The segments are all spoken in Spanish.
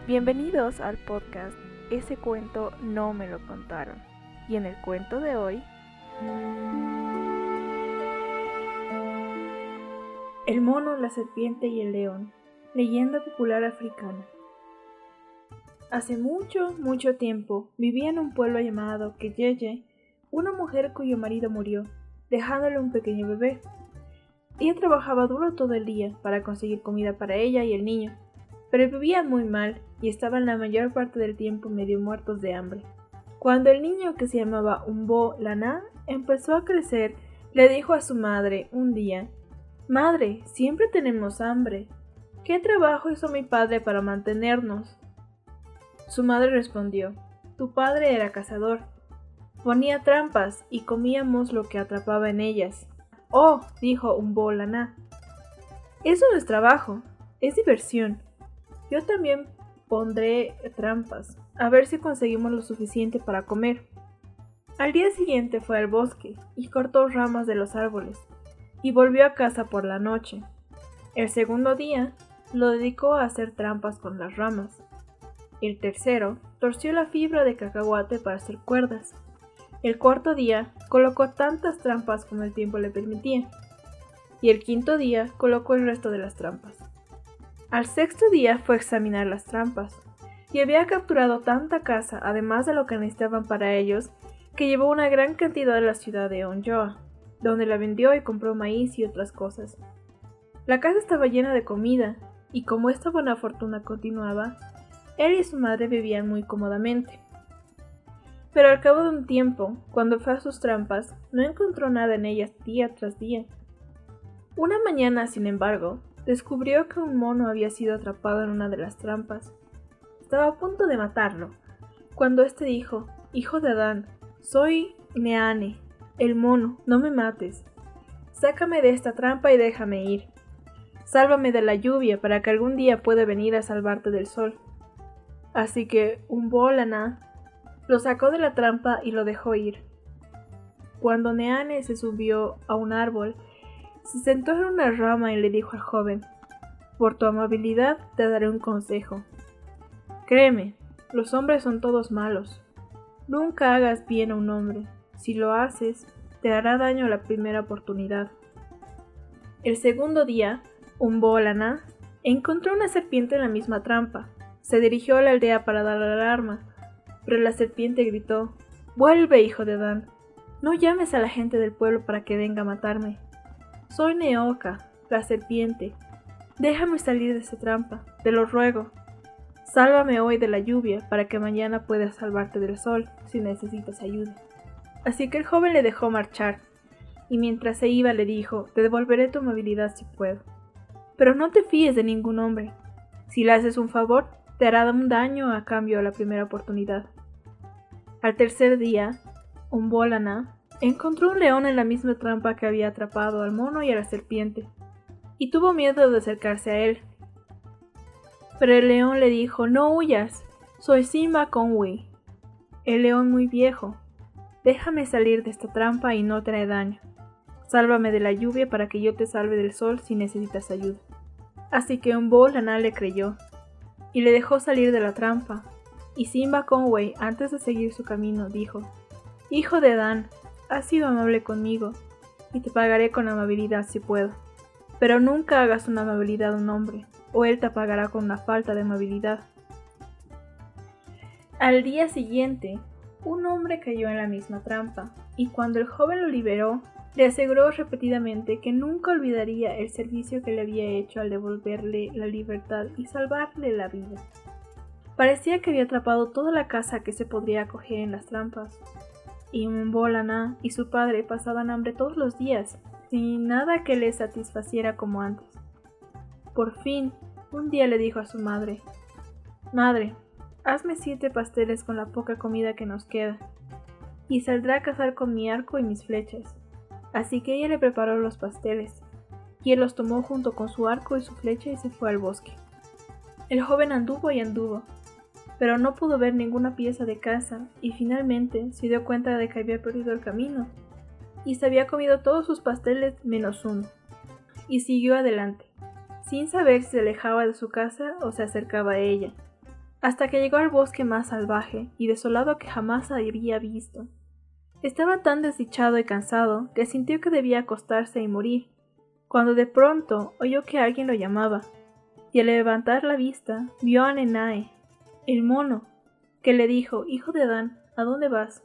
Bienvenidos al podcast Ese cuento no me lo contaron. Y en el cuento de hoy, El mono, la serpiente y el león. Leyenda popular africana. Hace mucho tiempo vivía en un pueblo llamado Keyeye una mujer cuyo marido murió, dejándole un pequeño bebé. Ella trabajaba duro todo el día para conseguir comida para ella y el niño, pero vivían muy mal y estaban la mayor parte del tiempo medio muertos de hambre. Cuando el niño, que se llamaba Umbo Lana, empezó a crecer, le dijo a su madre un día: «Madre, siempre tenemos hambre. ¿Qué trabajo hizo mi padre para mantenernos?». Su madre respondió: «Tu padre era cazador. Ponía trampas y comíamos lo que atrapaba en ellas». «Oh», dijo Umbo Lana, «eso no es trabajo, es diversión. Yo también pondré trampas, a ver si conseguimos lo suficiente para comer». Al día siguiente fue al bosque y cortó ramas de los árboles, y volvió a casa por la noche. El segundo día lo dedicó a hacer trampas con las ramas. El tercero torció la fibra de cacahuate para hacer cuerdas. El cuarto día colocó tantas trampas como el tiempo le permitía, y el quinto día colocó el resto de las trampas. Al sexto día fue a examinar las trampas, y había capturado tanta caza, además de lo que necesitaban para ellos, que llevó una gran cantidad a la ciudad de Onjoa, donde la vendió y compró maíz y otras cosas. La casa estaba llena de comida, y como esta buena fortuna continuaba, él y su madre vivían muy cómodamente. Pero al cabo de un tiempo, cuando fue a sus trampas, no encontró nada en ellas día tras día. Una mañana, sin embargo, descubrió que un mono había sido atrapado en una de las trampas. Estaba a punto de matarlo, cuando éste dijo: «Hijo de Adán, soy Neane, el mono, no me mates. Sácame de esta trampa y déjame ir. Sálvame de la lluvia para que algún día pueda venir a salvarte del sol». Así que Umbo Lana lo sacó de la trampa y lo dejó ir. Cuando Neane se subió a un árbol, se sentó en una rama y le dijo al joven: «Por tu amabilidad te daré un consejo. Créeme, los hombres son todos malos. Nunca hagas bien a un hombre. Si lo haces, te hará daño a la primera oportunidad». El segundo día, Umbo Lana encontró una serpiente en la misma trampa. Se dirigió a la aldea para dar la alarma, pero la serpiente gritó: «Vuelve, hijo de Adán. No llames a la gente del pueblo para que venga a matarme. Soy Neoka, la serpiente. Déjame salir de esta trampa, te lo ruego. Sálvame hoy de la lluvia para que mañana puedas salvarte del sol si necesitas ayuda». Así que el joven le dejó marchar, y mientras se iba le dijo: «Te devolveré tu amabilidad si puedo. Pero no te fíes de ningún hombre. Si le haces un favor, te hará un daño a cambio de la primera oportunidad». Al tercer día, Umbo Lana encontró un león en la misma trampa que había atrapado al mono y a la serpiente, y tuvo miedo de acercarse a él. Pero el león le dijo: «No huyas, soy Simba Conway, el león muy viejo. Déjame salir de esta trampa y no te haré daño. Sálvame de la lluvia para que yo te salve del sol si necesitas ayuda». Así que Umbo Lana le creyó, y le dejó salir de la trampa, y Simba Conway, antes de seguir su camino, dijo: «Hijo de Adán, has sido amable conmigo, y te pagaré con amabilidad si puedo. Pero nunca hagas una amabilidad a un hombre, o él te pagará con una falta de amabilidad». Al día siguiente, un hombre cayó en la misma trampa, y cuando el joven lo liberó, le aseguró repetidamente que nunca olvidaría el servicio que le había hecho al devolverle la libertad y salvarle la vida. Parecía que había atrapado toda la caza que se podría coger en las trampas, y Umbo Lana y su padre pasaban hambre todos los días, sin nada que les satisfaciera como antes. Por fin, un día le dijo a su madre: «Madre, hazme 7 pasteles con la poca comida que nos queda, y saldré a cazar con mi arco y mis flechas». Así que ella le preparó los pasteles, y él los tomó junto con su arco y su flecha y se fue al bosque. El joven anduvo y anduvo, pero no pudo ver ninguna pieza de caza, y finalmente se dio cuenta de que había perdido el camino, y se había comido todos sus pasteles menos uno, y siguió adelante, sin saber si se alejaba de su casa o se acercaba a ella. hasta que llegó al bosque más salvaje y desolado que jamás había visto. Estaba tan desdichado y cansado que sintió que debía acostarse y morir, cuando de pronto oyó que alguien lo llamaba, y al levantar la vista vio a Nenae, el mono, que le dijo: «Hijo de Adán, ¿a dónde vas?».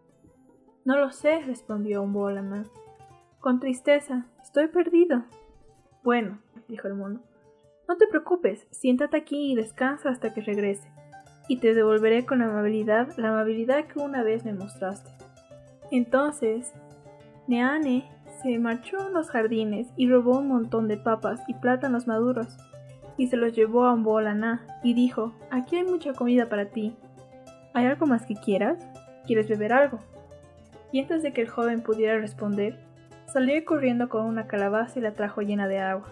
«No lo sé», respondió Umbolana. «Con tristeza, estoy perdido». «Bueno», dijo el mono, «no te preocupes, siéntate aquí y descansa hasta que regrese, y te devolveré con amabilidad la amabilidad que una vez me mostraste». Entonces, Neane se marchó a los jardines y robó un montón de papas y plátanos maduros, y se los llevó a Umbolana, y dijo: «Aquí hay mucha comida para ti. ¿Hay algo más que quieras? ¿Quieres beber algo?». Y antes de que el joven pudiera responder, salió corriendo con una calabaza y la trajo llena de agua.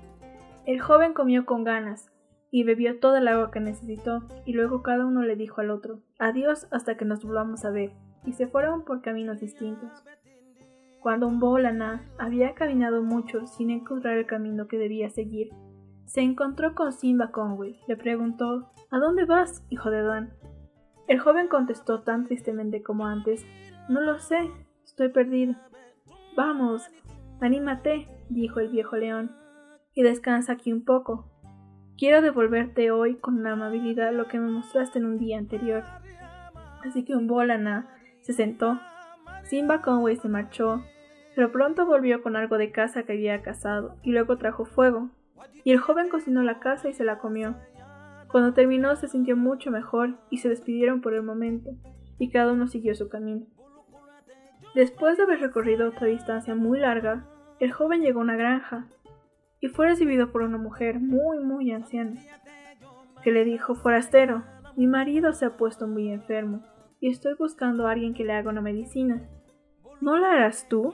El joven comió con ganas y bebió toda el agua que necesitó, y luego cada uno le dijo al otro: «Adiós hasta que nos volvamos a ver», y se fueron por caminos distintos. Cuando Umbolana había caminado mucho sin encontrar el camino que debía seguir, se encontró con Simba Conway. Le preguntó: «¿A dónde vas, hijo de Adán?». El joven contestó tan tristemente como antes: «No lo sé, estoy perdido». «Vamos, anímate», dijo el viejo león, «y descansa aquí un poco. Quiero devolverte hoy con amabilidad lo que me mostraste en un día anterior». Así que Umbolana se sentó. Simba Conway se marchó, pero pronto volvió con algo de caza que había cazado, y luego trajo fuego, y el joven cocinó la caza y se la comió. Cuando terminó se sintió mucho mejor, y se despidieron por el momento, y cada uno siguió su camino. Después de haber recorrido otra distancia muy larga, el joven llegó a una granja, y fue recibido por una mujer muy anciana, que le dijo: «Forastero, mi marido se ha puesto muy enfermo, y estoy buscando a alguien que le haga una medicina. ¿No la harás tú?».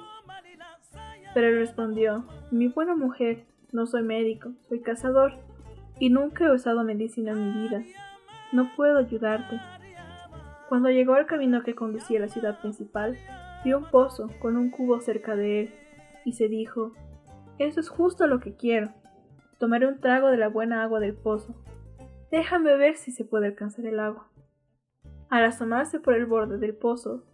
Pero él respondió: «Mi buena mujer, no soy médico, soy cazador, y nunca he usado medicina en mi vida. No puedo ayudarte». Cuando llegó al camino que conducía a la ciudad principal, vio un pozo con un cubo cerca de él, y se dijo: «Eso es justo lo que quiero. Tomaré un trago de la buena agua del pozo. Déjame ver si se puede alcanzar el agua». Al asomarse por el borde del pozo,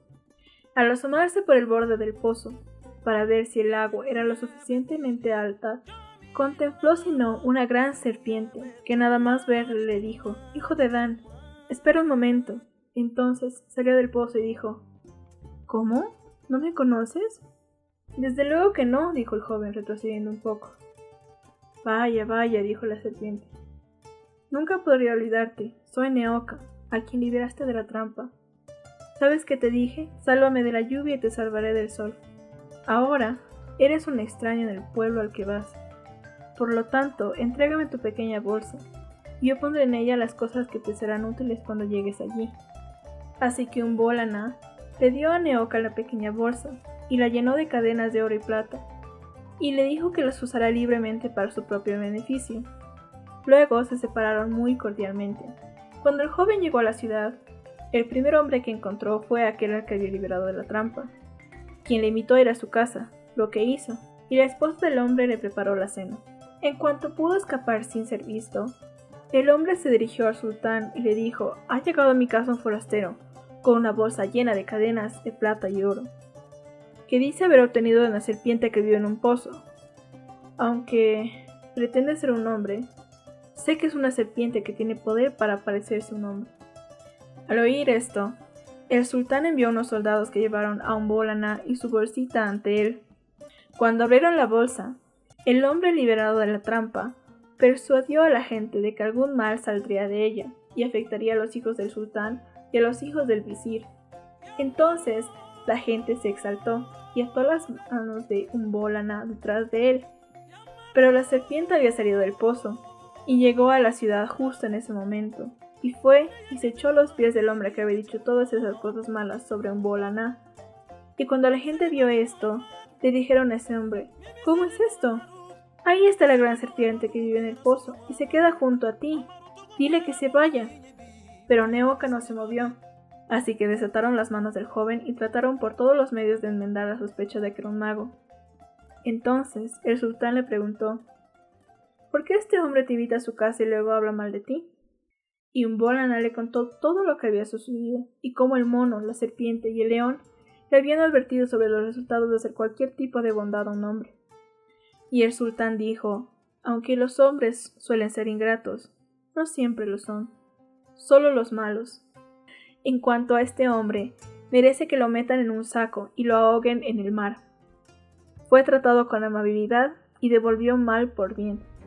para ver si el agua era lo suficientemente alta, contempló sino una gran serpiente, que nada más verle le dijo: «Hijo de Adán, espera un momento». Entonces salió del pozo y dijo: «¿Cómo? ¿No me conoces?». «Desde luego que no», dijo el joven, retrocediendo un poco. «Vaya, dijo la serpiente. «Nunca podría olvidarte. Soy Neoka, a quien liberaste de la trampa. ¿Sabes qué te dije? Sálvame de la lluvia y te salvaré del sol. Ahora eres un extraño en el pueblo al que vas. Por lo tanto, entrégame tu pequeña bolsa, y yo pondré en ella las cosas que te serán útiles cuando llegues allí». Así que Umbolana le dio a Neoka la pequeña bolsa, y la llenó de cadenas de oro y plata, y le dijo que las usara libremente para su propio beneficio. Luego se separaron muy cordialmente. Cuando el joven llegó a la ciudad, el primer hombre que encontró fue aquel al que había liberado de la trampa, quien le invitó a ir a su casa, lo que hizo, y la esposa del hombre le preparó la cena. En cuanto pudo escapar sin ser visto, el hombre se dirigió al sultán y le dijo: «Ha llegado a mi casa un forastero, con una bolsa llena de cadenas de plata y oro, que dice haber obtenido de una serpiente que vive en un pozo. Aunque pretende ser un hombre, sé que es una serpiente que tiene poder para parecerse un hombre». Al oír esto, el sultán envió unos soldados que llevaron a Umbolana y su bolsita ante él. Cuando abrieron la bolsa, el hombre liberado de la trampa persuadió a la gente de que algún mal saldría de ella y afectaría a los hijos del sultán y a los hijos del visir. Entonces la gente se exaltó y ató las manos de Umbolana detrás de él. Pero la serpiente había salido del pozo y llegó a la ciudad justo en ese momento, y fue y se echó a los pies del hombre que había dicho todas esas cosas malas sobre Umbolana. Y cuando la gente vio esto, le dijeron a ese hombre: «¿Cómo es esto? Ahí está la gran serpiente que vive en el pozo y se queda junto a ti. Dile que se vaya». Pero Neoka no se movió, así que desataron las manos del joven y trataron por todos los medios de enmendar la sospecha de que era un mago. Entonces el sultán le preguntó: «¿Por qué este hombre te invita a su casa y luego habla mal de ti?». y Bolana le contó todo lo que había sucedido y cómo el mono, la serpiente y el león le habían advertido sobre los resultados de hacer cualquier tipo de bondad a un hombre. Y el sultán dijo: aunque los hombres suelen ser ingratos, no siempre lo son, solo los malos. En cuanto a este hombre, merece que lo metan en un saco y lo ahoguen en el mar. Fue tratado con amabilidad y devolvió mal por bien.